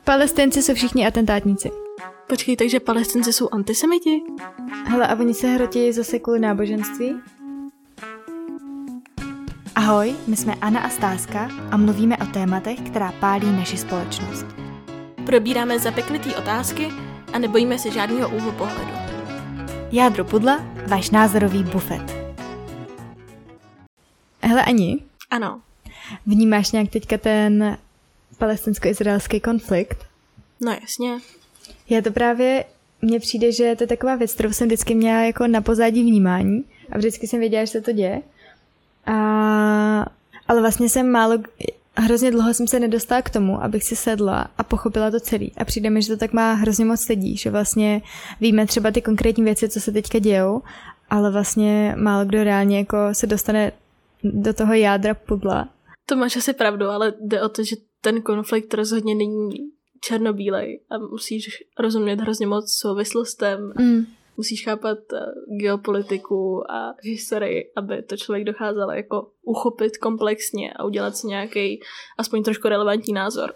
Palestinci jsou všichni atentátníci. Počkej, takže Palestinci jsou antisemiti? Hele, a oni se hrotí zase kvůli náboženství? Ahoj, my jsme Anna a Stázka a mluvíme o tématech, která pálí naši společnost. Probíráme zapeklitý otázky a nebojíme se žádného úhlu pohledu. Jádro pudla, váš názorový bufet. Hele Ani. Ano. Vnímáš nějak teďka ten palestinsko-izraelský konflikt? No jasně. Já to právě, mně přijde, že to je taková věc, kterou jsem vždycky měla jako na pozadí vnímání a vždycky jsem věděla, že se to děje. Ale vlastně hrozně dlouho jsem se nedostala k tomu, abych si sedla a pochopila to celý. A přijde mi, že to tak má hrozně moc lidí, že vlastně víme třeba ty konkrétní věci, co se teďka dějou, ale vlastně málo kdo reálně jako se dostane do toho jádra pudla. To máš asi pravdu, ale jde o to, že ten konflikt rozhodně není černobílej a musíš rozumět hrozně moc souvislostem. Musíš chápat geopolitiku a historii, aby to člověk dokázal jako uchopit komplexně a udělat si nějaký aspoň trošku relevantní názor.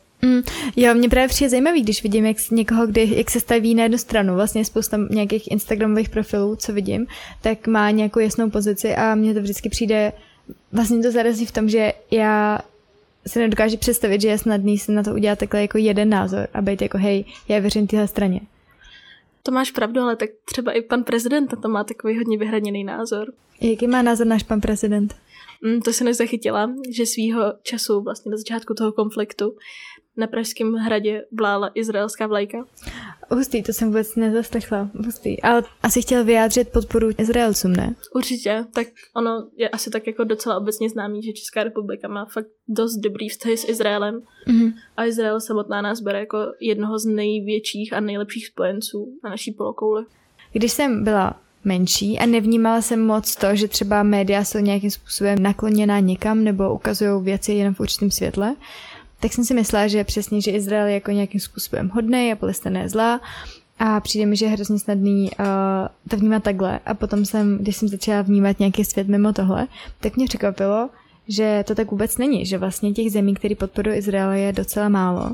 Jo, mě právě přijde zajímavý, když vidím jak se staví na jednu stranu. Vlastně spousta nějakých instagramových profilů, co vidím, tak má nějakou jasnou pozici a mně to vždycky přijde, vlastně to zarazí v tom, že já se nedokážu představit, že je snadný si na to udělat takhle jako jeden názor a být jako hej, já věřím téhle straně. To máš pravdu, ale tak třeba i pan prezident to má takový hodně vyhraněný názor. Jaký má názor náš pan prezident? To se nezachytila, že svýho času vlastně na začátku toho konfliktu na Pražském hradě vlála izraelská vlajka. Hustý, to jsem vůbec nezaslechla. Hustý. Ale asi chtěl vyjádřit podporu Izraelcům, ne? Určitě, tak ono je asi tak jako docela obecně známý, že Česká republika má fakt dost dobrý vztahy s Izraelem. A Izrael samotná nás bere jako jednoho z největších a nejlepších spojenců na naší polokouli. Když jsem byla menší a nevnímala jsem moc to, že třeba média jsou nějakým způsobem nakloněná někam nebo ukazují věci jenom v určitém světle, tak jsem si myslela, že přesně, že Izrael je jako nějakým způsobem hodnej a Palestina je zlá a přijde mi, že je hrozně snadný to vnímat takhle. A potom když jsem začala vnímat nějaký svět mimo tohle, tak mě překvapilo, že to tak vůbec není, že vlastně těch zemí, které podporují Izrael, je docela málo.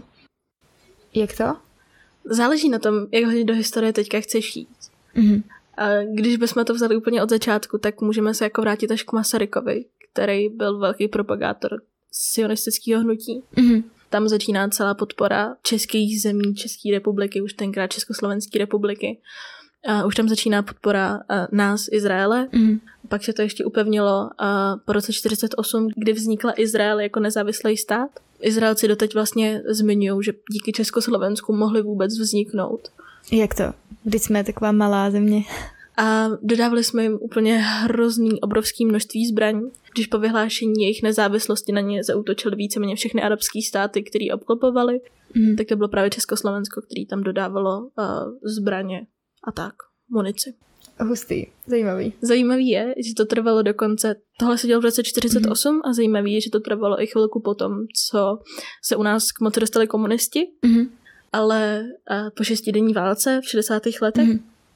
Jak to? Záleží na tom, jak hodně do historie teďka chceš jít. A když bychom to vzali úplně od začátku, tak můžeme se jako vrátit až k Masarykovi, který byl velký propagátor sionistického hnutí. Tam začíná celá podpora českých zemí, České republiky, už tenkrát Československé republiky. Už tam začíná podpora nás, Izraele. Pak se to ještě upevnilo po roce 1948, kdy vznikla Izrael jako nezávislý stát. Izraelci doteď vlastně zmiňují, že díky Československu mohli vůbec vzniknout. Jak to? Když jsme taková malá země. A dodávali jsme jim úplně hrozný, obrovský množství zbraní. Když po vyhlášení jejich nezávislosti na ně zaútočily víceméně všechny arabské státy, které obklopovaly, tak to bylo právě Československo, který tam dodávalo zbraně a tak, munici. Hustý, zajímavý. Zajímavý je, že to trvalo dokonce, tohle se dělo v roce 1948 a zajímavý je, že to trvalo i chvilku potom, co se u nás k moci dostali komunisti, ale po 6denní válce v 60. letech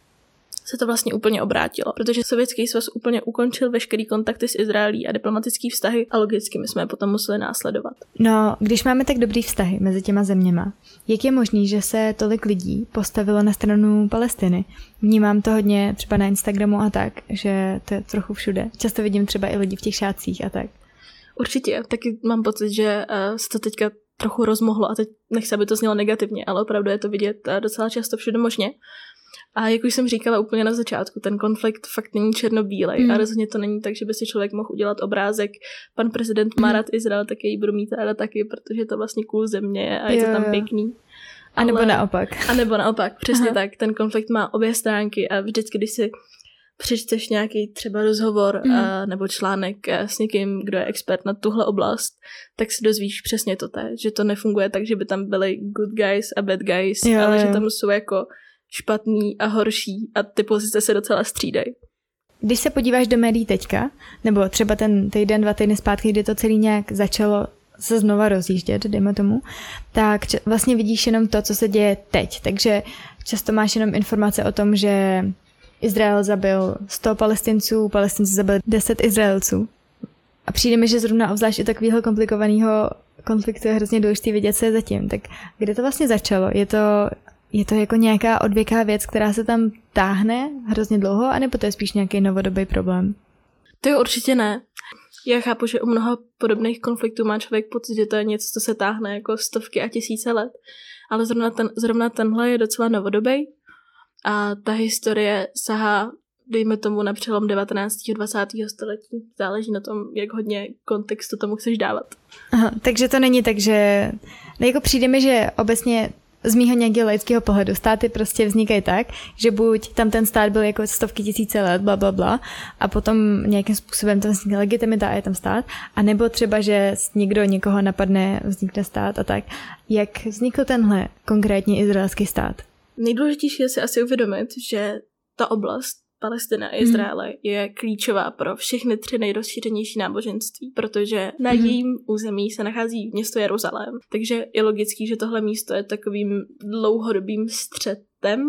se to vlastně úplně obrátilo, protože Sovětský svaz úplně ukončil veškerý kontakty s Izraelí a diplomatický vztahy a logicky my jsme je potom museli následovat. No, když máme tak dobrý vztahy mezi těma zeměma, jak je možný, že se tolik lidí postavilo na stranu Palestiny? Vnímám to hodně třeba na Instagramu a tak, že to je trochu všude. Často vidím třeba i lidi v těch šátcích a tak. Určitě, taky mám pocit, že se to teďka trochu rozmohlo a teď nechci, aby to znělo negativně, ale opravdu je to vidět docela často všude možně. A jak už jsem říkala úplně na začátku, ten konflikt fakt není černobílej a rozhodně to není tak, že by si člověk mohl udělat obrázek, pan prezident má rád Izrael, tak jej budu mít ráda taky, protože je to vlastně cool země a je to tam pěkný. A nebo naopak. A nebo naopak, přesně tak. Ten konflikt má obě stránky a vždycky, když si přečteš nějaký třeba rozhovor nebo článek s někým, kdo je expert na tuhle oblast, tak si dozvíš přesně to, že to nefunguje tak, že by tam byly good guys a bad guys, ale že tam jsou jako špatný a horší a ty pozice se docela střídají. Když se podíváš do médií teďka, nebo třeba ten týden, 2 týdny zpátky, kdy to celý nějak začalo se znova rozjíždět, dejme tomu, tak vlastně vidíš jenom to, co se děje teď. Takže často máš jenom informace o tom, že Izrael zabil 100 Palestinců, Palestinci zabili 10 Izraelců. A přijde mi, že zrovna obzvlášť u takového komplikovaného konfliktu je hrozně důležité vidět, co je zatím. Tak kde to vlastně začalo? Je to jako nějaká odvěká věc, která se tam táhne hrozně dlouho, anebo to je spíš nějaký novodobý problém? To je určitě ne. Já chápu, že u mnoha podobných konfliktů má člověk pocit, že to je něco, co se táhne jako stovky a tisíce let. Ale zrovna tenhle je docela novodobý. A ta historie sahá, dejme tomu, na přelom 19. a 20. století. Záleží na tom, jak hodně kontextu tomu chceš dávat. Aha, takže to není tak, že... Jako přijde mi, že obecně z mýho nějakého laického pohledu státy prostě vznikají tak, že buď tam ten stát byl jako stovky tisíce let, bla, bla, bla, a potom nějakým způsobem tam vznikne legitimita a je tam stát, a nebo třeba, že někdo někoho napadne, vznikne stát a tak. Jak vznikl tenhle konkrétně izraelský stát? Nejdůležitější je si asi uvědomit, že ta oblast Palestina a Izraele je klíčová pro všechny 3 nejrozšířenější náboženství, protože na jejím území se nachází město Jeruzalém. Takže je logický, že tohle místo je takovým dlouhodobým střetem,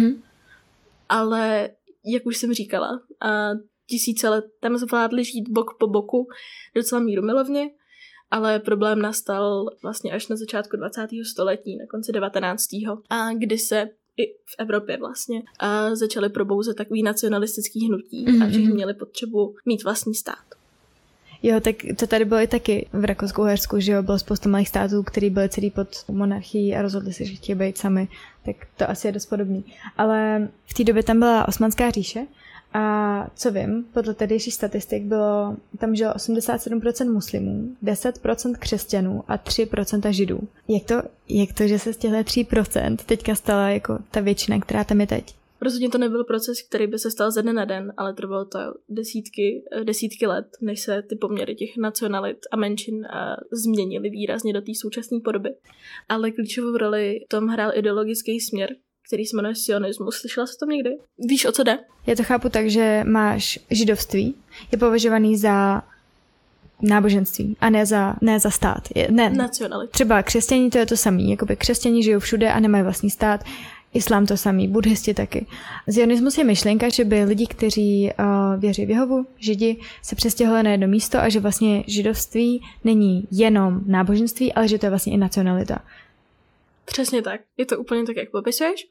ale jak už jsem říkala, tisíce let tam zvládli žít bok po boku docela mírumilovně, ale problém nastal vlastně až na začátku 20. století, na konci 19. a kdy se i v Evropě vlastně a začaly probouzet takový nacionalistický hnutí a všichni měli potřebu mít vlastní stát. Jo, tak to tady bylo i taky v Rakousku-Uhersku, že jo, bylo spousta malých států, který byly celý pod monarchií a rozhodli se, že chtějí být sami, tak to asi je dost podobný. Ale v té době tam byla Osmanská říše a co vím, podle tehdejších statistik tam žilo 87% muslimů, 10% křesťanů a 3% židů. Jak to, že se z těchto 3% teďka stala jako ta většina, která tam je teď? Rozhodně to nebyl proces, který by se stal ze dne na den, ale trvalo to desítky let, než se ty poměry těch nacionalit a menšin změnily výrazně do té současné podoby. Ale klíčovou roli v tom hrál ideologický směr, který se jmenuje sionismus. Slyšela jsi o tom někdy? Víš, o co jde? Já to chápu tak, že máš židovství, je považovaný za náboženství a ne za stát. Nacionalit. Třeba křesťaní, to je to samý. Jakoby křesťaní žijou všude a nemají vlastní stát. Islám to samý, buddhisti taky. Zionismus je myšlenka, že by lidi, kteří věří v Jehovu, židi, se přestěhovali na jedno místo a že vlastně židovství není jenom náboženství, ale že to je vlastně i nacionalita. Přesně tak. Je to úplně tak, jak popisuješ.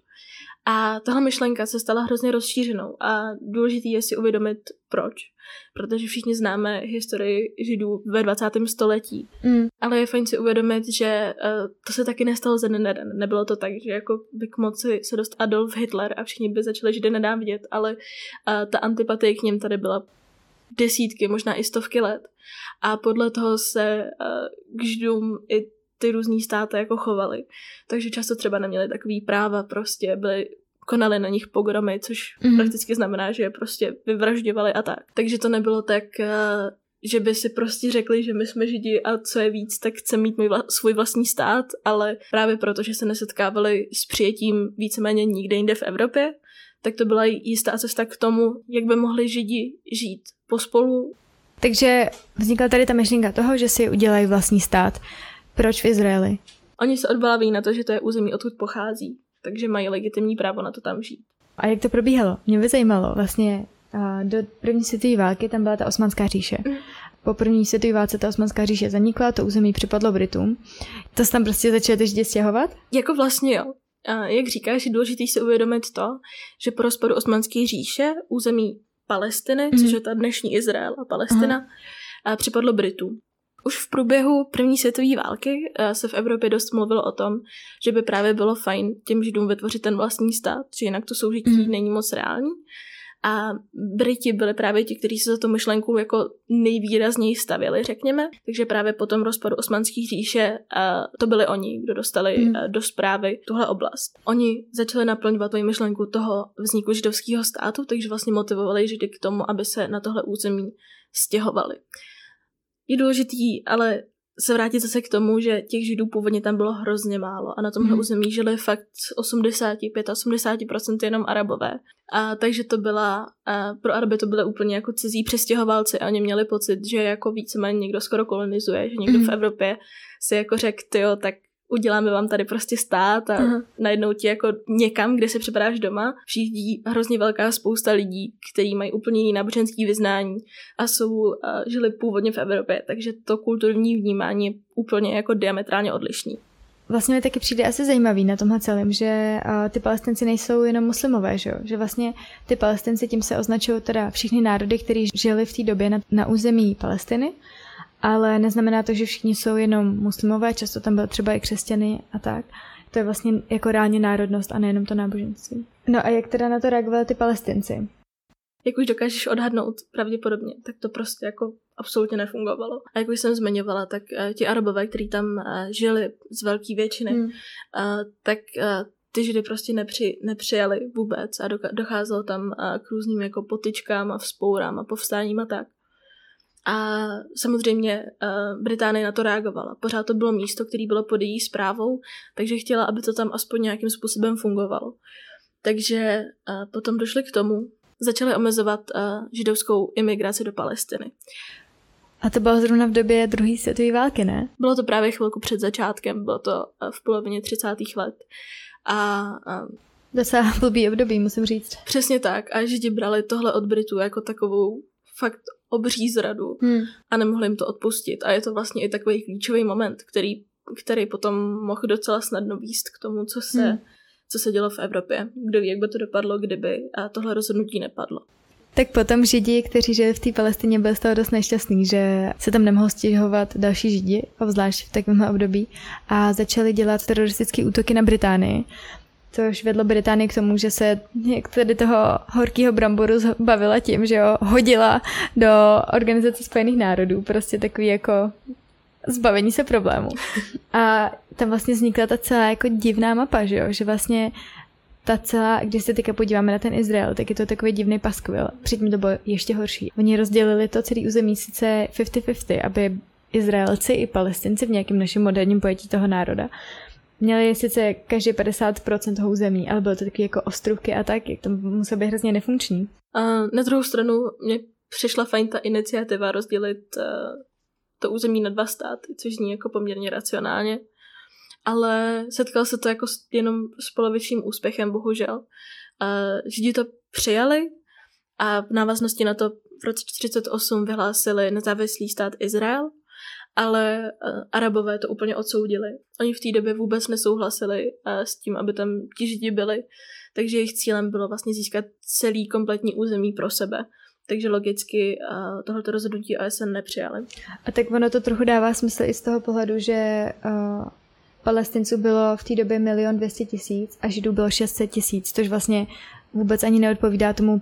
A tahle myšlenka se stala hrozně rozšířenou a důležitý je si uvědomit proč. Protože všichni známe historii židů ve 20. století. Ale je fajn si uvědomit, že to se taky nestalo ze dne na den. Nebylo to tak, že jako by k moci se dost Adolf Hitler a všichni by začali židy nenávidět, ale ta antipatie k něm tady byla desítky, možná i stovky let. A podle toho se k židům i ty různý státy jako chovaly. Takže často třeba neměli takový práva, prostě konali na nich pogromy, což prakticky znamená, že je prostě vyvražďovali a tak. Takže to nebylo tak, že by si prostě řekli, že my jsme židi a co je víc, tak chce mít svůj vlastní stát, ale právě proto, že se nesetkávali s přijetím víceméně nikde jinde v Evropě, tak to byla jistá cesta k tomu, jak by mohli židi žít pospolu. Takže vznikla tady ta myšlenka toho, že si udělají vlastní stát. Proč v Izraeli? Oni se odvolávají na to, že to je území, odkud pochází, takže mají legitimní právo na to tam žít. A jak to probíhalo? Mě by zajímalo. Vlastně do první světové války tam byla ta Osmanská říše. Po první světové válce ta Osmanská říše zanikla, to území připadlo Britům. To se tam prostě začaly ty židi stěhovat? Jako vlastně jo. Jak říkáš, je důležité si uvědomit to, že po rozpadu Osmanské říše území Palestiny, což je ta dnešní Izrael a Palestina, připadlo Britům. Už v průběhu první světové války se v Evropě dost mluvilo o tom, že by právě bylo fajn těm židům vytvořit ten vlastní stát, že jinak to soužití není moc reální. A Briti byli právě ti, kteří se za tu myšlenku jako nejvýrazněji stavěli, řekněme. Takže právě po tom rozpadu Osmanské říše to byli oni, kdo dostali do správy tuhle oblast. Oni začali naplňovat tu myšlenku toho vzniku židovského státu, takže vlastně motivovali židy k tomu, aby se na tohle území stěhovali. Je důležitý ale se vrátit zase k tomu, že těch židů původně tam bylo hrozně málo a na tomhle území žili fakt 85% jenom Arabové. A takže to pro Araby to byly úplně jako cizí přestěhovalci a oni měli pocit, že jako víceméně někdo skoro kolonizuje, že někdo v Evropě si jako řekl, tyjo, tak uděláme vám tady prostě stát a najednou ti jako někam, kde se připadáš doma, přijíždí hrozně velká spousta lidí, kteří mají úplně jiný náboženský vyznání a žili původně v Evropě, takže to kulturní vnímání je úplně jako diametrálně odlišný. Vlastně mi taky přijde asi zajímavý na tomhle celém, že ty Palestinci nejsou jenom muslimové, že vlastně ty Palestinci, tím se označují teda všechny národy, kteří žili v té době na území Palestiny, ale neznamená to, že všichni jsou jenom muslimové, často tam byly třeba i křesťany a tak. To je vlastně jako reálně národnost a nejenom to náboženství. No a jak teda na to reagovali ty Palestinci? Jak už dokážeš odhadnout pravděpodobně, tak to prostě jako absolutně nefungovalo. A jak už jsem zmiňovala, tak ti Arabové, kteří tam žili z velké většiny, tak ty Židy prostě nepřijali vůbec a docházelo tam k různým jako potyčkám a vzpourám a povstáním a tak. A samozřejmě Británie na to reagovala. Pořád to bylo místo, které bylo pod její správou, takže chtěla, aby to tam aspoň nějakým způsobem fungovalo. Takže potom došli k tomu, začali omezovat židovskou imigraci do Palestiny. A to bylo zrovna v době druhé světové války, ne? Bylo to právě chvilku před začátkem, bylo to v polovině 30. let. Docela blbý období, musím říct. Přesně tak. A Židi brali tohle od Britů jako takovou fakt obří zradu a nemohli jim to odpustit. A je to vlastně i takový klíčový moment, který potom mohl docela snadno vést k tomu, co se dělo v Evropě. Kdo ví, jak by to dopadlo, kdyby tohle rozhodnutí nepadlo. Tak potom Židi, kteří žili v té Palestině, byli z toho dost nešťastný, že se tam nemohlo stěhovat další Židi, obzvlášť v takovém období, a začali dělat teroristické útoky na Británii, což vedlo Británii k tomu, že se jak tady toho horkýho bramboru zbavila tím, že ho hodila do Organizace spojených národů, prostě takový jako zbavení se problému. A tam vlastně vznikla ta celá jako divná mapa, že vlastně ta celá, když se teďka podíváme na ten Izrael, tak je to takový divný paskvil. Předtím to bylo ještě horší. Oni rozdělili to celý území sice 50-50, aby Izraelci i Palestinci v nějakém našem moderním pojetí toho národa měli sice každý 50% toho území, ale bylo to taky jako ostrůvky a tak, jak to muselo být hrozně nefunkční. A na druhou stranu mě přišla fajn ta iniciativa rozdělit to území na 2 státy, což zní jako poměrně racionálně. Ale setkal se to jako jenom s polovičním úspěchem, bohužel. Židi to přijali a v návaznosti na to v roce 1948 vyhlásili nezávislý stát Izrael, ale Arabové to úplně odsoudili. Oni v té době vůbec nesouhlasili s tím, aby tam ti Židi byli, takže jejich cílem bylo vlastně získat celý kompletní území pro sebe. Takže logicky tohleto rozhodnutí OSN nepřijali. A tak ono to trochu dává smysl i z toho pohledu, že Palestinců bylo v té době 1 200 000 a Židů bylo 600 000, což vlastně vůbec ani neodpovídá tomu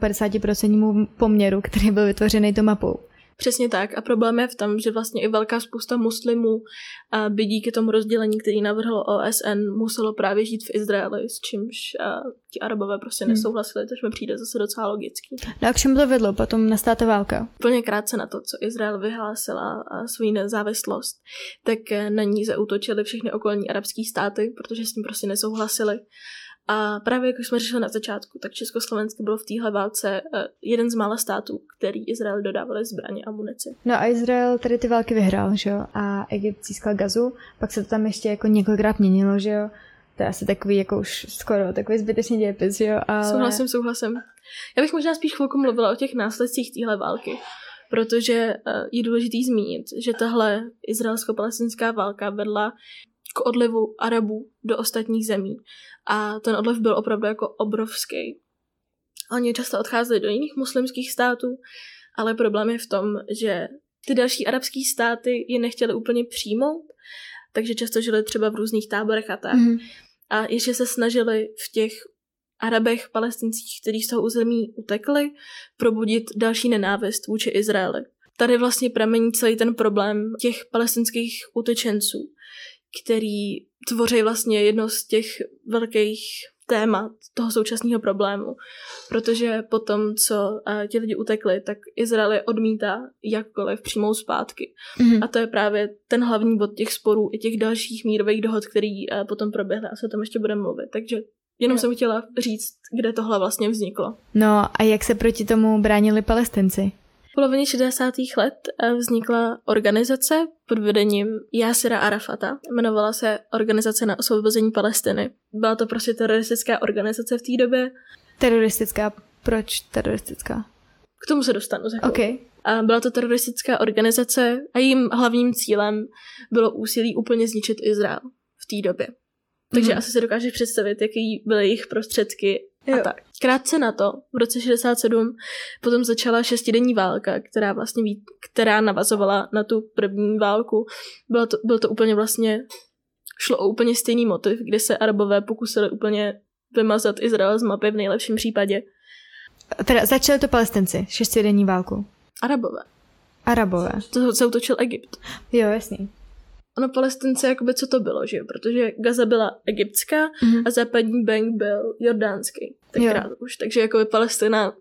50% poměru, který byl vytvořený tou mapou. Přesně tak. A problém je v tom, že vlastně i velká spousta muslimů by díky tomu rozdělení, který navrhlo OSN, muselo právě žít v Izraeli, s čímž ti Arabové prostě nesouhlasili, což mi přijde zase docela logický. No a k čemu to vedlo? Potom nastala ta válka? Úplně krátce na to, co Izrael vyhlásila svou nezávislost, tak na ní zaútočili všechny okolní arabské státy, protože s tím prostě nesouhlasili. A právě jak už jsme řešili na začátku, tak Československo bylo v téhle válce jeden z mála států, který Izrael dodávali zbraně a munici. No a Izrael tady ty války vyhrál, že jo? A Egypt získal Gazu, pak se to tam ještě jako několikrát měnilo, že jo? To je asi takový jako už skoro takový zbytečný dějepis, že jo? Ale... Souhlasím. Já bych možná spíš chvilku mluvila o těch následcích téhle války, protože je důležitý zmínit, že tahle izraelsko-palestinská válka vedla k odlivu Arabů do ostatních zemí. A ten odliv byl opravdu jako obrovský. Oni často odcházeli do jiných muslimských států, ale problém je v tom, že ty další arabské státy je nechtěli úplně přijmout, takže často žili třeba v různých táborech a tak. A ještě se snažili v těch Arabech, Palestincích, kteří z toho území utekli, probudit další nenávist vůči Izraeli. Tady vlastně pramení celý ten problém těch palestinských utečenců, který tvoří vlastně jedno z těch velkých témat toho současného problému. Protože potom, co ti lidi utekli, tak Izrael je odmítá jakkoliv přijmout zpátky. A to je právě ten hlavní bod těch sporů i těch dalších mírových dohod, který potom proběhly a se o tom ještě budeme mluvit. Takže jenom jsem chtěla říct, kde tohle vlastně vzniklo. No a jak se proti tomu bránili Palestinci? polovině 60. let vznikla organizace pod vedením Jásira Arafata. Jmenovala se Organizace na osvobození Palestiny. Byla to prostě teroristická organizace v té době. Teroristická? Proč teroristická? K tomu se dostanu za chvíli. Okay. A byla to teroristická organizace a jejím hlavním cílem bylo úsilí úplně zničit Izrael v té době. Takže asi si dokážeš představit, jaký byly jejich prostředky a tak. Krátce na to, v roce 67, potom začala 6denní válka, která navazovala na tu první válku. Bylo to úplně vlastně, šlo o úplně stejný motiv, kde se Arabové pokusili úplně vymazat Izrael z mapy v nejlepším případě. Teda začali to Palestinci, 6denní válku. Arabové. To se útočil Egypt. Jo, jasný. Ono Palestinci, jakoby co to bylo, že jo? Protože Gaza byla egyptská a západní bank byl jordánský. Tenkrát už. Takže jakoby Palestina...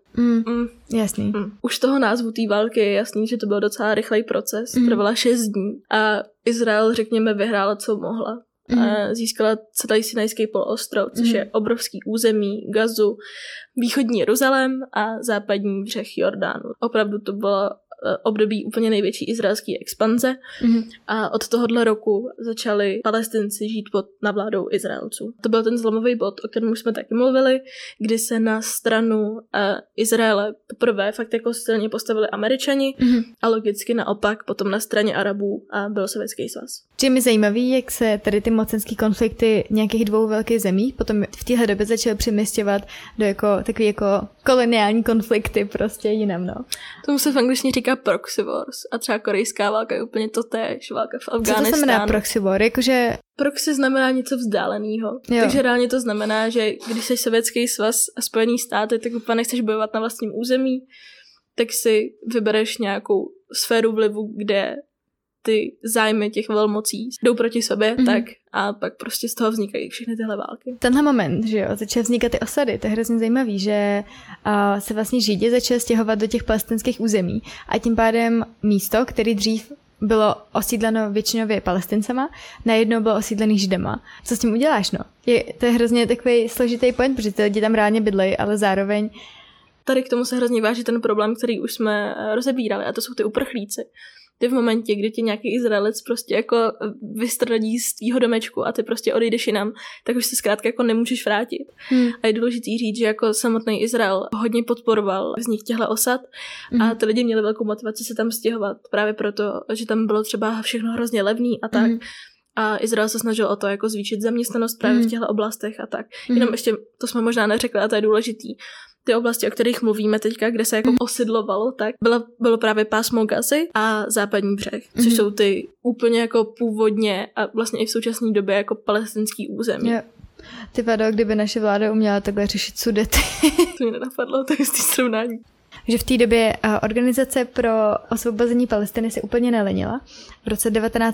Jasný. Už toho názvu té války je jasný, že to byl docela rychlej proces. Trvala 6 dní a Izrael, řekněme, vyhrála, co mohla. A získala celý Sinajský poloostrov, což je obrovský území, Gazu, východní Jeruzalém a západní břeh Jordánu. Opravdu to bylo období úplně největší izraelské expanze a od tohohle roku začali Palestinci žít pod nadvládou Izraelců. To byl ten zlomový bod, o kterém už jsme taky mluvili, kdy se na stranu Izraele poprvé fakt jako silně postavili Američani a logicky naopak potom na straně Arabů byl Sovětský svaz. Čím je zajímavý, jak se tady ty mocenský konflikty nějakých dvou velkých zemí potom v téhle době začaly přeměsťovat do takový jako koloniální konflikty prostě jinam, no. Tomu se v angličtině říká proxy wars a třeba korejská válka je úplně totéž, válka v Afghánistánu. Co to znamená proxy war? Jakože... Proxy znamená něco vzdáleného. Takže reálně to znamená, že když jsi Sovětský svaz a Spojený státy, tak úplně nechceš bojovat na vlastním území, tak si vybereš nějakou sféru vlivu, kde ty zájmy těch velmocí jdou proti sobě, tak a pak prostě z toho vznikají všechny tyhle války. Tenhle moment, že jo, začaly vznikat ty osady, to je hrozně zajímavý, že se vlastně Židi začaly stěhovat do těch palestinských území a tím pádem místo, který dřív bylo osídleno většinově Palestincema, najednou bylo osídlený Židama. Co s tím uděláš, no? To je hrozně takový složitý point, protože ty lidi tam reálně bydlejí, ale zároveň... Tady k tomu se hrozně váží ten problém, který už jsme rozebírali, a to jsou ty uprchlíci. Ty v momentě, kdy ti nějaký Izraelec prostě jako vystradí z tvýho domečku a ty prostě odejdeš jinam, tak už se zkrátka jako nemůžeš vrátit. A je důležitý říct, že jako samotný Izrael hodně podporoval vznik těchto osad a ty lidi měli velkou motivaci se tam stěhovat právě proto, že tam bylo třeba všechno hrozně levný a tak. A Izrael se snažil o to jako zvýšit zaměstnanost právě v těchto oblastech a tak. Jenom ještě, to jsme možná neřekli, a to je důležitý. Ty oblasti, o kterých mluvíme teďka, kde se jako osidlovalo, tak bylo právě pásmo Gazy a západní břeh, což jsou ty úplně jako původně a vlastně i v současné době jako palestinský území. Yeah. Ty vado, kdyby naše vláda uměla takhle řešit Sudety. To mě nenapadlo, to je z té srovnání. Že v té době Organizace pro osvobození Palestiny se úplně nelenila. V roce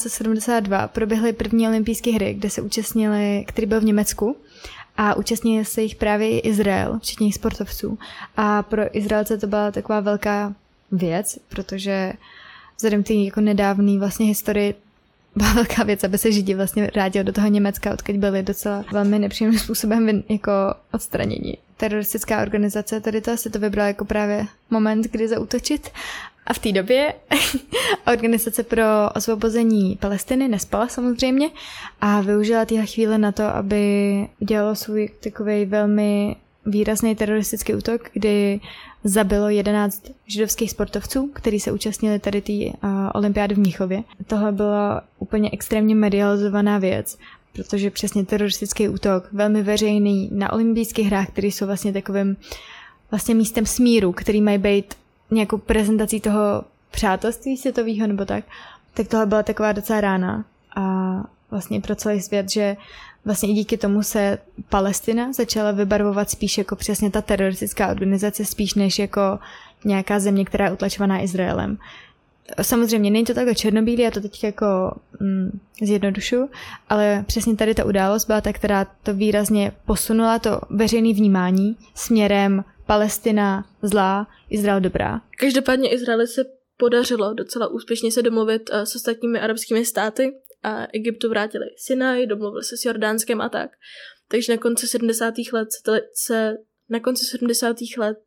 1972 proběhly první olympijské hry, kde se účastnili, který byl v Německu. A účastnil se jich právě i Izrael, včetně sportovců. A pro Izraelce to byla taková velká věc, protože vzhledem k té jako nedávné vlastně historii byla velká věc, aby se Židi vlastně vrátili do toho Německa, odkud byli docela velmi nepříjemným způsobem jako odstraněni. Teroristická organizace tady to asi to vybrala jako právě moment, kdy zaútočit. A v té době Organizace pro osvobození Palestiny nespala samozřejmě a využila téhle chvíle na to, aby udělalo svůj takovej velmi výrazný teroristický útok, kdy zabilo 11 židovských sportovců, kteří se účastnili tady té olympiády v Mnichově. Tohle byla úplně extrémně medializovaná věc, protože přesně teroristický útok, velmi veřejný na olympijských hrách, které jsou vlastně takovým vlastně místem smíru, který mají být nějakou prezentací toho přátelství světového nebo tak tohle byla taková docela rána a vlastně pro celý svět, že vlastně i díky tomu se Palestina začala vybarvovat spíš jako přesně ta teroristická organizace, spíš než jako nějaká země, která je utlačovaná Izraelem. Samozřejmě není to takhle černobílý, já to teď jako zjednodušu, ale přesně tady ta událost byla ta, která to výrazně posunula, to veřejné vnímání směrem Palestina zlá, Izrael dobrá. Každopádně Izraeli se podařilo docela úspěšně se domluvit s ostatními arabskými státy a Egyptu vrátili Sinaj, domluvili se s Jordánskem a tak. Takže na konci 70. let se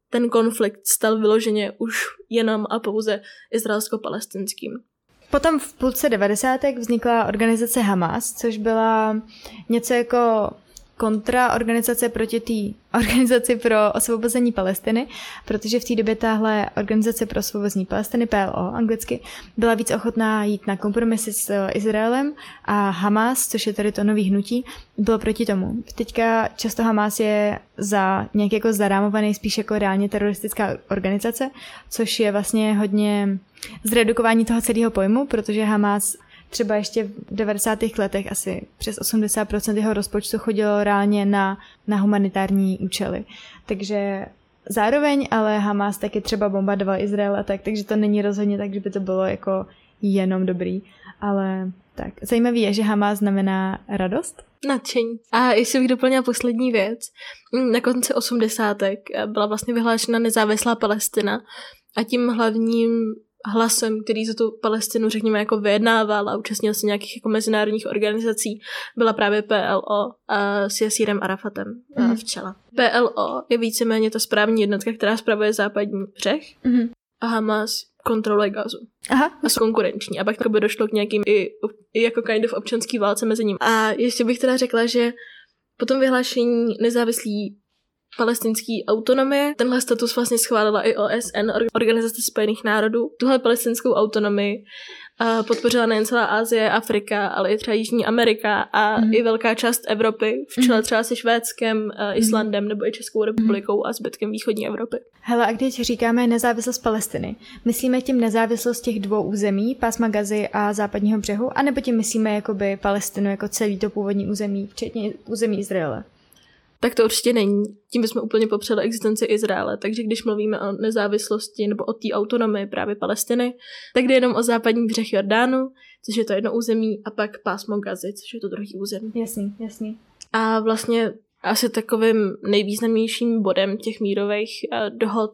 ten konflikt stal vyloženě už jenom a pouze izraelsko-palestinským. Potom v půlce 90. vznikla organizace Hamas, což byla něco jako kontraorganizace proti té organizaci pro osvobození Palestiny, protože v té době tahle organizace pro osvobození Palestiny, PLO anglicky, byla víc ochotná jít na kompromisy s Izraelem a Hamas, což je tady to nový hnutí, bylo proti tomu. Teďka často Hamas je nějak jako zarámovaný spíš jako reálně teroristická organizace, což je vlastně hodně zredukování toho celého pojmu, protože Hamas třeba ještě v 90. letech asi přes 80% jeho rozpočtu chodilo reálně na humanitární účely. Takže zároveň, ale Hamas taky třeba bombardoval Izrael a tak, takže to není rozhodně tak, že by to bylo jako jenom dobrý. Ale tak, zajímavý je, že Hamas znamená radost. Nadšení. A jestli bych doplnila poslední věc, na konci 80. byla vlastně vyhlášena nezávislá Palestina a tím hlavním hlasem, který za tu Palestinu, řekněme, jako vyjednával a účastnil se nějakých jako mezinárodních organizací, byla právě PLO s Jasírem Arafatem v čele. PLO je víceméně ta správní jednotka, která spravuje západní břeh a Hamas kontroluje Gazu. Aha. A jsou konkurenční. A pak by došlo k nějakým i jako kind of občanský válce mezi nimi. A ještě bych teda řekla, že potom vyhlášení nezávislý palestinský autonomie. Tenhle status vlastně schválila i OSN, Organizace spojených národů. Tuhle palestinskou autonomii podpořila nejen celá Asie, Afrika, ale i třeba Jižní Amerika a i velká část Evropy, v čele třeba se Švédskem, Islandem nebo i Českou republikou a zbytkem východní Evropy. Hele, a když říkáme nezávislost Palestiny, myslíme tím nezávislost těch dvou území, pásma Gazy a západního břehu, anebo tím myslíme jakoby Palestinu jako celý to původní území, včetně území Izraele? Tak to určitě není. Tím bychom úplně popřeli existenci Izraele. Takže když mluvíme o nezávislosti nebo o té autonomii právě Palestiny, tak jde jenom o západní břeh Jordánu, což je to jedno území, a pak pásmo Gazy, což je to druhý území. Jasný. A vlastně asi takovým nejvýznamnějším bodem těch mírových dohod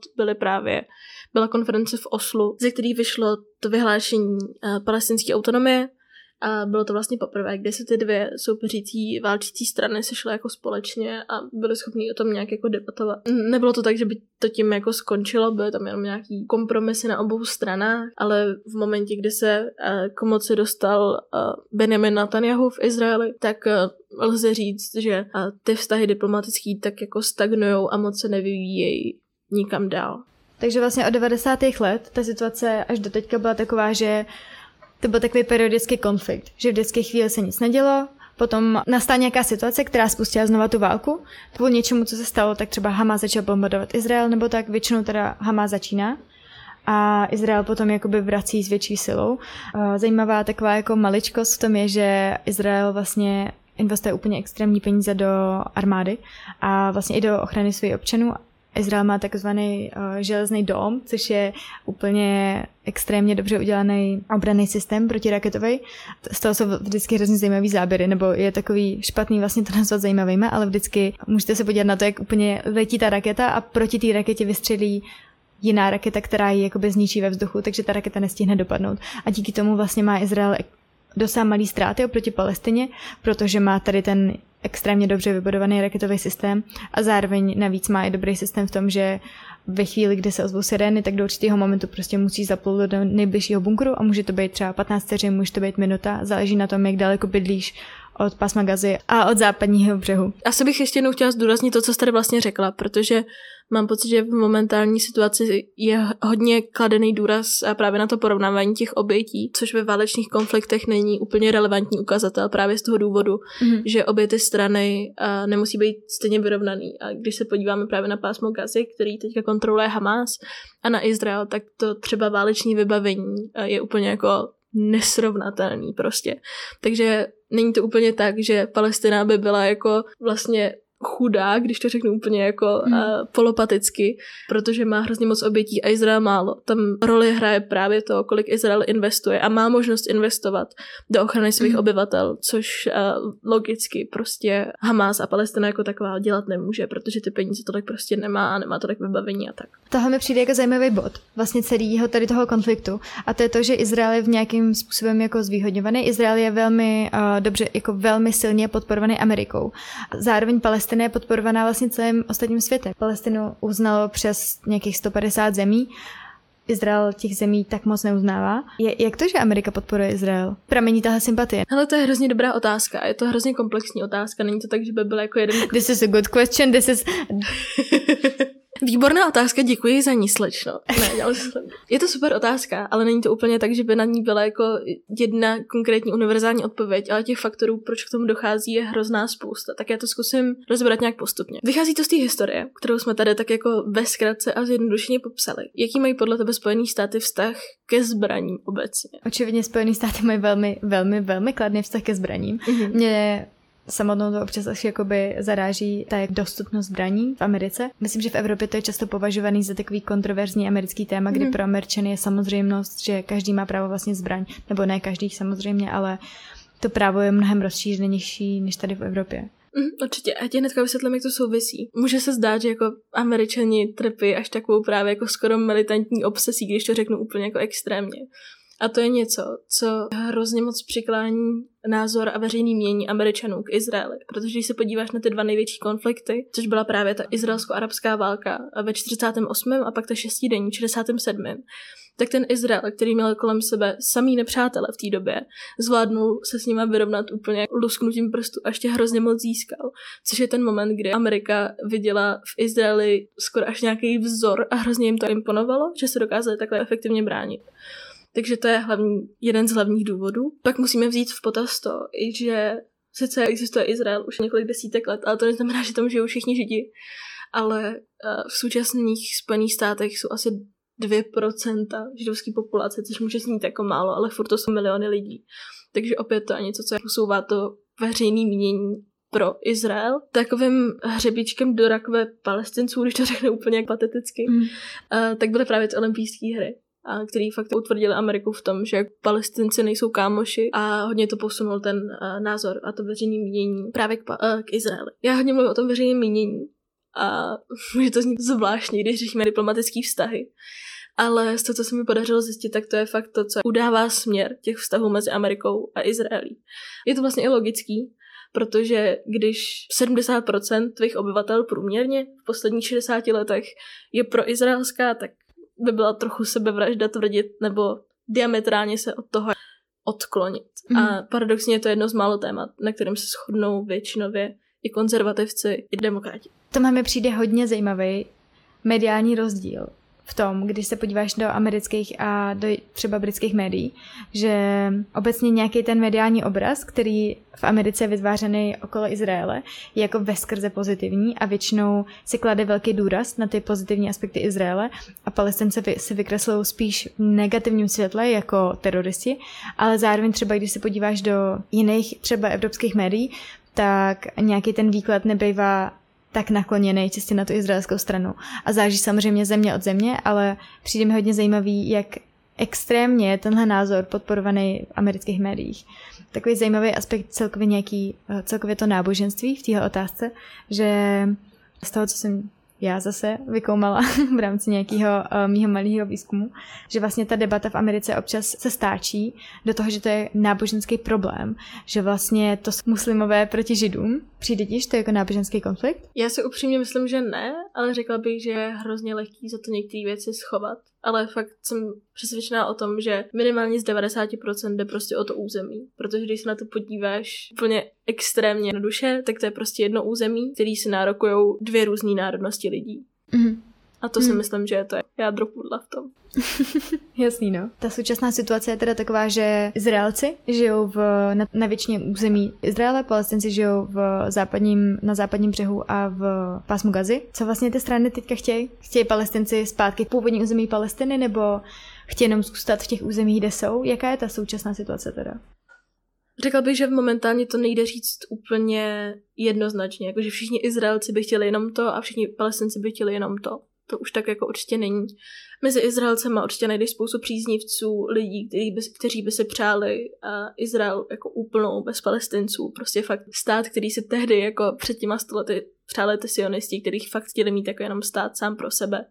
byla konference v Oslu, ze který vyšlo to vyhlášení palestinské autonomie. A bylo to vlastně poprvé, kdy se ty dvě soupeřící válčící strany sešly jako společně a byly schopní o tom nějak jako debatovat. Nebylo to tak, že by to tím jako skončilo, byly tam jenom nějaký kompromisy na obou stranách, ale v momentě, kdy se k moci dostal Benjamin Netanyahu v Izraeli, tak lze říct, že ty vztahy diplomatický tak jako stagnujou a moc se nevyvíjejí nikam dál. Takže vlastně od 90. let ta situace až do teďka byla taková, že to byl takový periodický konflikt, že vždycky chvíli se nic nedělo, potom nastala nějaká situace, která spustila znova tu válku. Kvůli něčemu, co se stalo, tak třeba Hamas začal bombardovat Izrael, nebo tak většinou teda Hamas začíná a Izrael potom jakoby vrací s větší silou. Zajímavá taková jako maličkost v tom je, že Izrael vlastně investuje úplně extrémní peníze do armády a vlastně i do ochrany svých občanů. Izrael má takzvaný železný dóm, což je úplně extrémně dobře udělaný obranný systém protiraketový. Z toho jsou vždycky hrozně zajímavý záběry, nebo je takový špatný vlastně to nazvat zajímavýma, ale vždycky můžete se podívat na to, jak úplně letí ta raketa a proti té raketě vystřelí jiná raketa, která ji jakoby zničí ve vzduchu, takže ta raketa nestihne dopadnout. A díky tomu vlastně má Izrael docela malý ztráty oproti Palestině, protože má tady ten extrémně dobře vybudovaný raketový systém a zároveň navíc má i dobrý systém v tom, že ve chvíli, kdy se ozvou sirény, tak do určitého momentu prostě musí zaplout do nejbližšího bunkru a může to být třeba 15 vteřin, může to být minuta, záleží na tom, jak daleko bydlíš od pásma Gazy a od západního břehu. Asi bych ještě jednou chtěla zdůraznit to, co jste tady vlastně řekla, protože mám pocit, že v momentální situaci je hodně kladený důraz právě na to porovnávání těch obětí, což ve válečných konfliktech není úplně relevantní ukazatel právě z toho důvodu, že obě ty strany nemusí být stejně vyrovnaný. A když se podíváme právě na pásmo Gazy, který teďka kontroluje Hamas, a na Izrael, tak to třeba váleční vybavení je úplně jako nesrovnatelný prostě. Takže není to úplně tak, že Palestina by byla jako vlastně chudá, když to řeknu úplně jako polopaticky, protože má hrozně moc obětí a Izrael málo. Tam roli hraje právě to, kolik Izrael investuje a má možnost investovat do ochrany svých obyvatel, což logicky prostě Hamas a Palestina jako taková dělat nemůže, protože ty peníze tolik prostě nemá a nemá tolik vybavení a tak. Tohle mi přijde jako zajímavý bod vlastně celého tady toho konfliktu a to je to, že Izrael je v nějakým způsobem jako zvýhodňovaný. Izrael je velmi dobře, jako velmi silně podporovaný Amerikou. Zároveň Palestina Palestina je podporovaná vlastně celým ostatním světem. Palestinu uznalo přes nějakých 150 zemí, Izrael těch zemí tak moc neuznává. Jak to, že Amerika podporuje Izrael? Pramení tahle sympatie? Hele, to je hrozně dobrá otázka. Je to hrozně komplexní otázka. Není to tak, že by byl jako jeden... This is a good question. Výborná otázka, děkuji za ní, slečno. Je to super otázka, ale není to úplně tak, že by na ní byla jako jedna konkrétní univerzální odpověď, ale těch faktorů, proč k tomu dochází, je hrozná spousta. Tak já to zkusím rozebrat nějak postupně. Vychází to z té historie, kterou jsme tady tak jako ve zkratce a zjednodušeně popsali. Jaký mají podle tebe Spojené státy vztah ke zbraním obecně? Očividně Spojené státy mají velmi kladný vztah ke zbraním. Mě samotnou to občas až jakoby zaráží ta dostupnost zbraní v Americe. Myslím, že v Evropě to je často považovaný za takový kontroverzní americký téma, kdy pro Američany je samozřejmost, že každý má právo vlastně zbraň, nebo ne každý samozřejmě, ale to právo je mnohem rozšířenější než tady v Evropě. Určitě. A tě hnedka vysvětlím, jak to souvisí. Může se zdát, že jako Američani trpí až takovou právě jako skoro militantní obsesí, když to řeknu úplně jako extrémně. A to je něco, co hrozně moc přiklání názor a veřejný mínění Američanů k Izraeli. Protože když se podíváš na ty dva největší konflikty, což byla právě ta izraelsko-arabská válka ve 48. a pak ta šestidenní v 67. tak ten Izrael, který měl kolem sebe samý nepřátele v té době, zvládnul se s nima vyrovnat úplně lusknutím prstu a ještě hrozně moc získal. Což je ten moment, kdy Amerika viděla v Izraeli skoro až nějaký vzor a hrozně jim to imponovalo, že se dokázali takhle efektivně bránit. Takže to je jeden z hlavních důvodů. Pak musíme vzít v potaz to, že sice existuje Izrael už několik desítek let, ale to neznamená, že tam žijou všichni Židi. Ale v současných Spojených státech jsou asi 2% židovské populace, což může znít jako málo, ale furt to jsou miliony lidí. Takže opět to je něco, co posouvá to veřejné mínění pro Izrael. Takovým hřebíčkem do rakve Palestinců, když to řeknu úplně pateticky, tak byly právě ty olympijské hry, který fakt utvrdili Ameriku v tom, že Palestinci nejsou kámoši a hodně to posunul ten názor a to veřejné mínění právě k Izraeli. Já hodně mluvím o tom veřejném mínění a může to znít zvláštně, když řešíme diplomatické vztahy. Ale z toho, co se mi podařilo zjistit, tak to je fakt to, co udává směr těch vztahů mezi Amerikou a Izraelí. Je to vlastně i logický, protože když 70% tvých obyvatel průměrně v posledních 60 letech je proizraelská, tak by byla trochu sebevražda tvrdit nebo diametrálně se od toho odklonit. A paradoxně je to jedno z málo témat, na kterém se shodnou většinově i konzervativci, i demokrati. To mi přijde hodně zajímavý mediální rozdíl v tom, když se podíváš do amerických a do třeba britských médií, že obecně nějaký ten mediální obraz, který v Americe je vytvářený okolo Izraele, je jako veskrze pozitivní a většinou si klade velký důraz na ty pozitivní aspekty Izraele a Palestince si vykreslují spíš v negativním světle jako teroristi, ale zároveň třeba když se podíváš do jiných třeba evropských médií, tak nějaký ten výklad nebývá tak nakloněný čistě na tu izraelskou stranu. A záleží samozřejmě země od země, ale přijde mi hodně zajímavý, jak extrémně je tenhle názor podporovaný v amerických médiích. Takový zajímavý aspekt celkově to náboženství v téhle otázce, že z toho, co jsem já zase vykoumala v rámci nějakého mýho malého výzkumu, že vlastně ta debata v Americe občas se stáčí do toho, že to je náboženský problém, že vlastně to muslimové proti židům. Přijde ti, že to je jako náboženský konflikt? Já si upřímně myslím, že ne, ale řekla bych, že je hrozně lehký za to některé věci schovat. Ale fakt jsem přesvědčená o tom, že minimálně z 90% jde prostě o to území. Protože když se na to podíváš úplně extrémně na duše, tak to je prostě jedno území, který si nárokujou dvě různé národnosti lidí. A to si myslím, že to je jádro pudla v tom. Jasný, no. Ta současná situace je teda taková, že Izraelci žijou na většině území Izraele, Palestinci žijou na západním břehu a v pásmu Gazy. Co vlastně ty strany teďka chtějí? Chtějí Palestinci zpátky k původní území Palestiny, nebo chtějí jenom zůstat v těch územích, kde jsou? Jaká je ta současná situace teda? Řekla bych, že momentálně to nejde říct úplně jednoznačně, jakože všichni Izraelci by chtěli jenom to a všichni Palestinci by chtěli jenom to. To už tak jako určitě není. Mezi Izraelcema určitě najdeš spoustu příznivců, lidí, kteří by si přáli Izrael jako úplnou bez Palestinců. Prostě fakt stát, který si tehdy jako před těma 100 lety přáli ty sionisti, kteří fakt chtěli mít jako jenom stát sám pro sebe.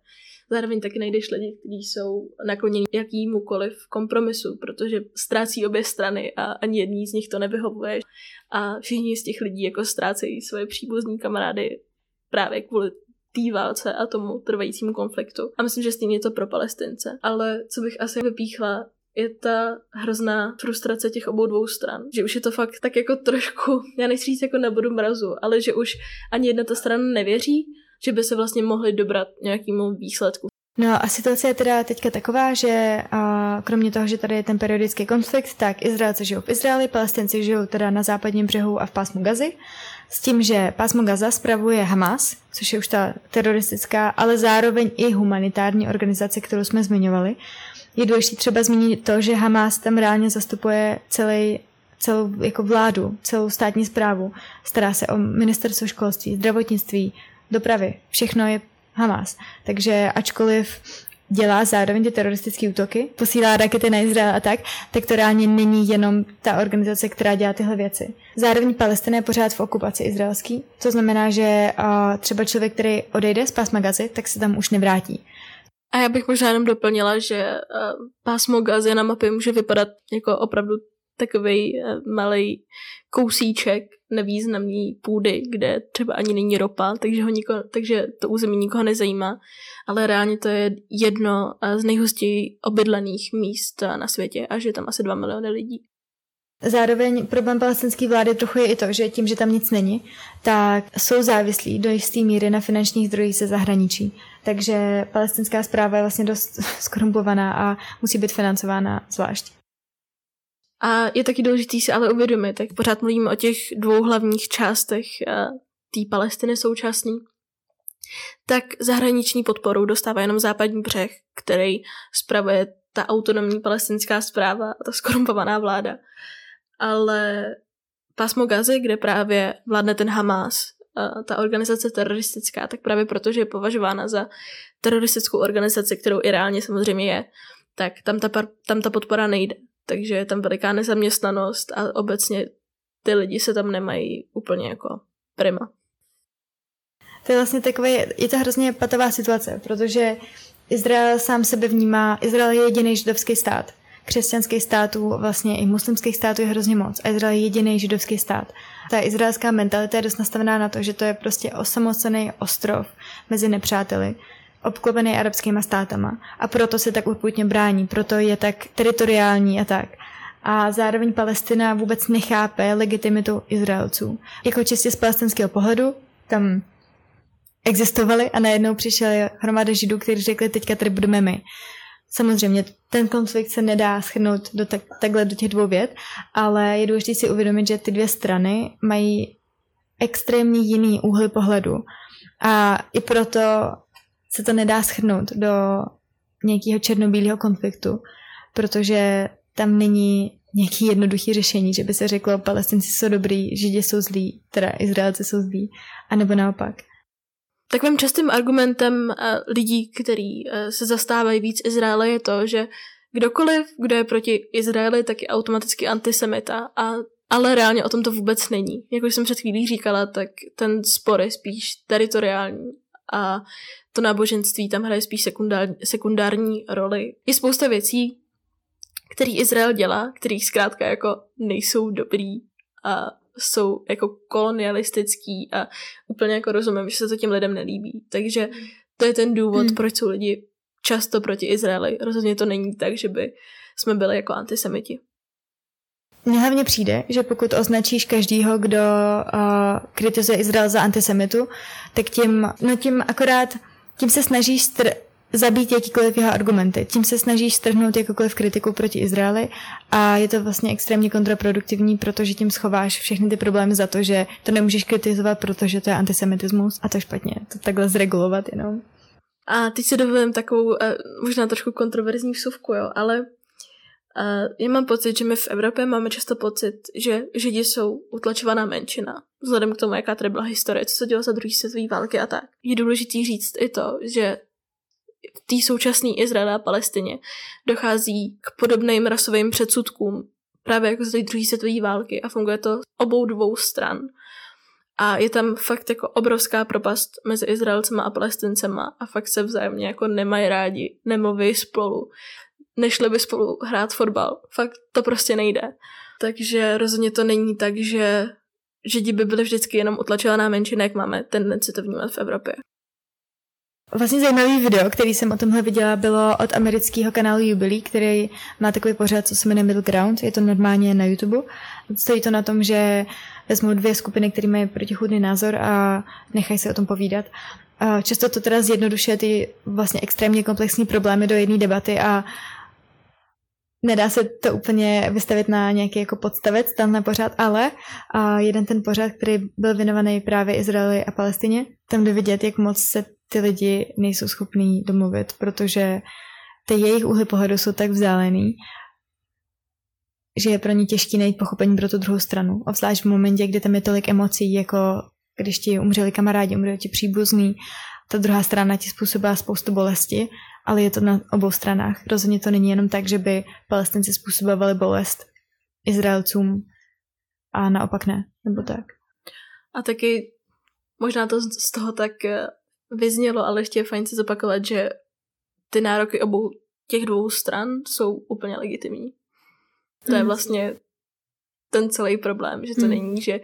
zároveň taky najdeš lidi, kteří jsou nakloněni jakýmukoliv kompromisu, protože ztrácí obě strany a ani jedný z nich to nevyhovuje. A všichni z těch lidí jako ztrácejí svoje příbuzní kamarády právě kvůli té válce a tomu trvajícímu konfliktu. A myslím, že stejně je to pro Palestince. Ale co bych asi vypíchla, je ta hrozná frustrace těch obou dvou stran. Že už je to fakt tak jako trošku, já nechci říct jako na bodu mrazu, ale že už ani jedna ta strana nevěří, že by se vlastně mohli dobrat nějakému výsledku. No a situace je teda teďka taková, že kromě toho, že tady je ten periodický konflikt, tak Izraelci žijou v Izraeli, Palestinci žijou teda na západním břehu a v pásmu Gazy, s tím, že pásmo Gaza spravuje Hamas, což je už ta teroristická, ale zároveň i humanitární organizace, kterou jsme zmiňovali. Je důležité třeba zmínit to, že Hamas tam reálně zastupuje celou jako vládu, celou státní správu. Stará se o ministerstvo školství, zdravotnictví, dopravy. Všechno je Hamas. Takže ačkoliv dělá zároveň ty teroristické útoky, posílá rakety na Izrael a tak to reálně není jenom ta organizace, která dělá tyhle věci. Zároveň Palestina je pořád v okupaci izraelský, to znamená, že třeba člověk, který odejde z pásma Gazy, tak se tam už nevrátí. A já bych možná jenom doplnila, že pásmo Gazy na mapě může vypadat jako opravdu takovej malej kousíček nevýznamný půdy, kde třeba ani není ropa, takže to území nikoho nezajímá, ale reálně to je jedno z nejhustěji obydlených míst na světě a že tam asi 2 miliony lidí. Zároveň problém palestinské vlády trochu je i to, že tím, že tam nic není, tak jsou závislí do jisté míry na finančních zdrojích ze zahraničí. Takže palestinská správa je vlastně dost skorumpovaná a musí být financována zvlášť. A je taky důležitý si ale uvědomit, jak pořád mluvíme o těch 2 hlavních částech té Palestiny současný, tak zahraniční podporu dostává jenom západní břeh, který spravuje ta autonomní palestinská správa a ta skorumpovaná vláda. Ale pásmo Gazy, kde právě vládne ten Hamas, ta organizace teroristická, tak právě protože je považována za teroristickou organizaci, kterou i reálně samozřejmě je, tak tam ta podpora nejde. Takže je tam veliká nezaměstnanost a obecně ty lidi se tam nemají úplně jako prima. To je vlastně je to hrozně patová situace, protože Izrael sám sebe vnímá, Izrael je jediný židovský stát. Křesťanských států, vlastně i muslimských států je hrozně moc. A Izrael je jediný židovský stát. Ta izraelská mentalita je dost nastavená na to, že to je prostě osamocený ostrov mezi nepřáteli, obklopený arabskýma státama. A proto se tak urputně brání, proto je tak teritoriální a tak. A zároveň Palestina vůbec nechápe legitimitu Izraelců. Jako čistě z palestinského pohledu, tam existovali a najednou přišel hromada židů, kteří řekli, teďka tady budeme my. Samozřejmě ten konflikt se nedá shrnout takhle do těch 2 vět, ale je důležité si uvědomit, že ty 2 strany mají extrémně jiný úhly pohledu. A i proto se to nedá shrnout do nějakého černobílého konfliktu, protože tam není nějaký jednoduchý řešení, že by se řeklo, Palestinci jsou dobrý, Židi jsou zlí, teda Izraelci jsou zlí, anebo naopak. Takovým častým argumentem lidí, kteří se zastávají víc Izraele, je to, že kdokoliv, kdo je proti Izraeli, tak je automaticky antisemita, ale reálně o tom to vůbec není. Jak už jsem před chvílí říkala, tak ten spor je spíš teritoriální a to náboženství tam hraje spíš sekundární roli. Je spousta věcí, které Izrael dělá, které zkrátka jako nejsou dobrý a jsou jako kolonialistický a úplně jako rozumím, že se to těm lidem nelíbí. Takže to je ten důvod, proč jsou lidi často proti Izraeli. Rozhodně to není tak, že by jsme byli jako antisemiti. Mně hlavně přijde, že pokud označíš každýho, kdo kritizuje Izrael za antisemitu, tak tím se snažíš zabít jakýkoliv jeho argumenty. Tím se snažíš strhnout jakoukoliv kritiku proti Izraeli a je to vlastně extrémně kontraproduktivní, protože tím schováš všechny ty problémy za to, že to nemůžeš kritizovat, protože to je antisemitismus a to špatně. To takhle zregulovat jenom. A teď si dovolím takovou možná trošku kontroverzní vsuvku, jo, ale já mám pocit, že my v Evropě máme často pocit, že Židi jsou utlačovaná menšina. Vzhledem k tomu, jaká tady byla historie, co se dělo za druhé světové války a tak. Je důležitý říct i to, že v té současné Izraele a Palestině dochází k podobným rasovým předsudkům právě jako z té druhé světové války a funguje to z obou 2 stran. A je tam fakt jako obrovská propast mezi Izraelcema a Palestincema a fakt se vzájemně jako nemají rádi, nemluví spolu, nešli by spolu hrát fotbal. Fakt to prostě nejde. Takže rozhodně to není tak, že Židi by byli vždycky jenom utlačovaná menšina, jak máme tendenci to vnímat v Evropě. Vlastně zajímavý video, který jsem o tomhle viděla, bylo od amerického kanálu Jubilee, který má takový pořad, co se jmenuje Middle Ground. Je to normálně na YouTube. Stojí to na tom, že vezmou dvě skupiny, které mají protichůdný názor a nechají se o tom povídat. Často to teda zjednodušuje ty vlastně extrémně komplexní problémy do jedné debaty a nedá se to úplně vystavit na nějaký jako podstavec, tam na pořád, ale jeden ten pořád, který byl věnovaný právě Izraeli a Palestině, tam jde vidět, jak moc se ty lidi nejsou schopní domluvit, protože ty jejich úhly pohledu jsou tak vzdálený, že je pro ně těžký najít pochopení pro tu druhou stranu. Obzvlášť v momentě, kdy tam je tolik emocí, jako když ti umřeli kamarádi, umřeli ti příbuzní, ta druhá strana ti způsobila spoustu bolesti, ale je to na obou stranách. Rozhodně to není jenom tak, že by Palestinci způsobovali bolest Izraelcům a naopak ne, nebo tak. A taky možná to z toho tak vyznělo, ale ještě je fajn si zopakovat, že ty nároky obou těch dvou stran jsou úplně legitimní. To je vlastně ten celý problém, že to není, že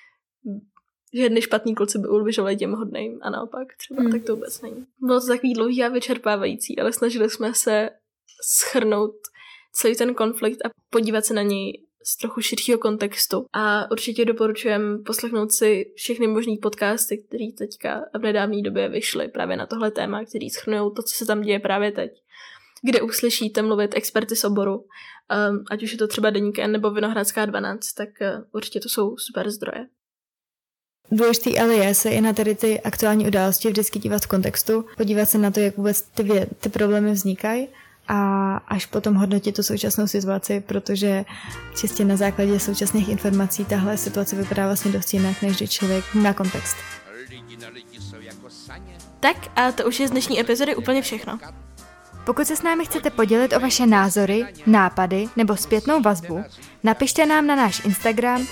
jedny špatný kluci by ubližovali těm hodným a naopak třeba, tak to vůbec není. Bylo to takový dlouhý a vyčerpávající, ale snažili jsme se shrnout celý ten konflikt a podívat se na něj z trochu širšího kontextu. A určitě doporučujeme poslechnout si všechny možný podcasty, které teďka v nedávné době vyšly právě na tohle téma, který shrnují to, co se tam děje právě teď. Kde uslyšíte mluvit experty z oboru, ať už je to třeba Deník N nebo Vinohradská 12, tak určitě to jsou super zdroje. Důležitý ale je se i na tady ty aktuální události vždycky dívat v kontextu, podívat se na to, jak vůbec ty problémy vznikají a až potom hodnotit tu současnou situaci, protože čistě na základě současných informací tahle situace vypadá vlastně dost jinak, než když člověk má kontext. Tak a to už je z dnešní epizody úplně všechno. Pokud se s námi chcete podělit o vaše názory, nápady nebo zpětnou vazbu, napište nám na náš Instagram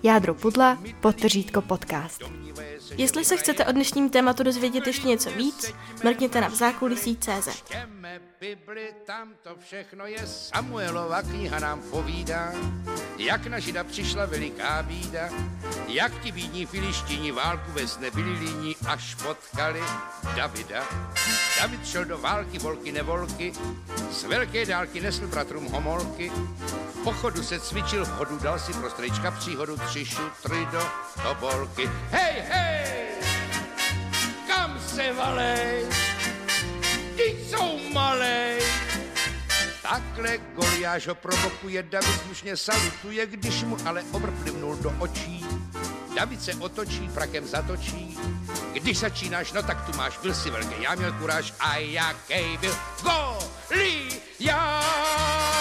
_podcast. Jestli se chcete o dnešním tématu dozvědět ještě něco víc, mrkněte na vzákulisí.cz. Tam to všechno je, Samuelova kniha nám povídá, jak na Žida přišla veliká bída, jak ti bídní Filištíni válku ve sne byli líní, až potkali Davida. David šel do války, volky nevolky, z velké dálky nesl bratrům homolky, v pochodu se cvičil, v hodu dal si pro strejčka příhodu 3 šutry do tobolky. Hej, hej, kam se valej? Ty jsou malej. Takhle Goliáš ho provokuje, David slušně salutuje, když mu ale obr plivnul do očí. David se otočí, prakem zatočí. Když začínáš, no tak tu máš, byl si velký, já měl kuráž a jaký byl Goliáš.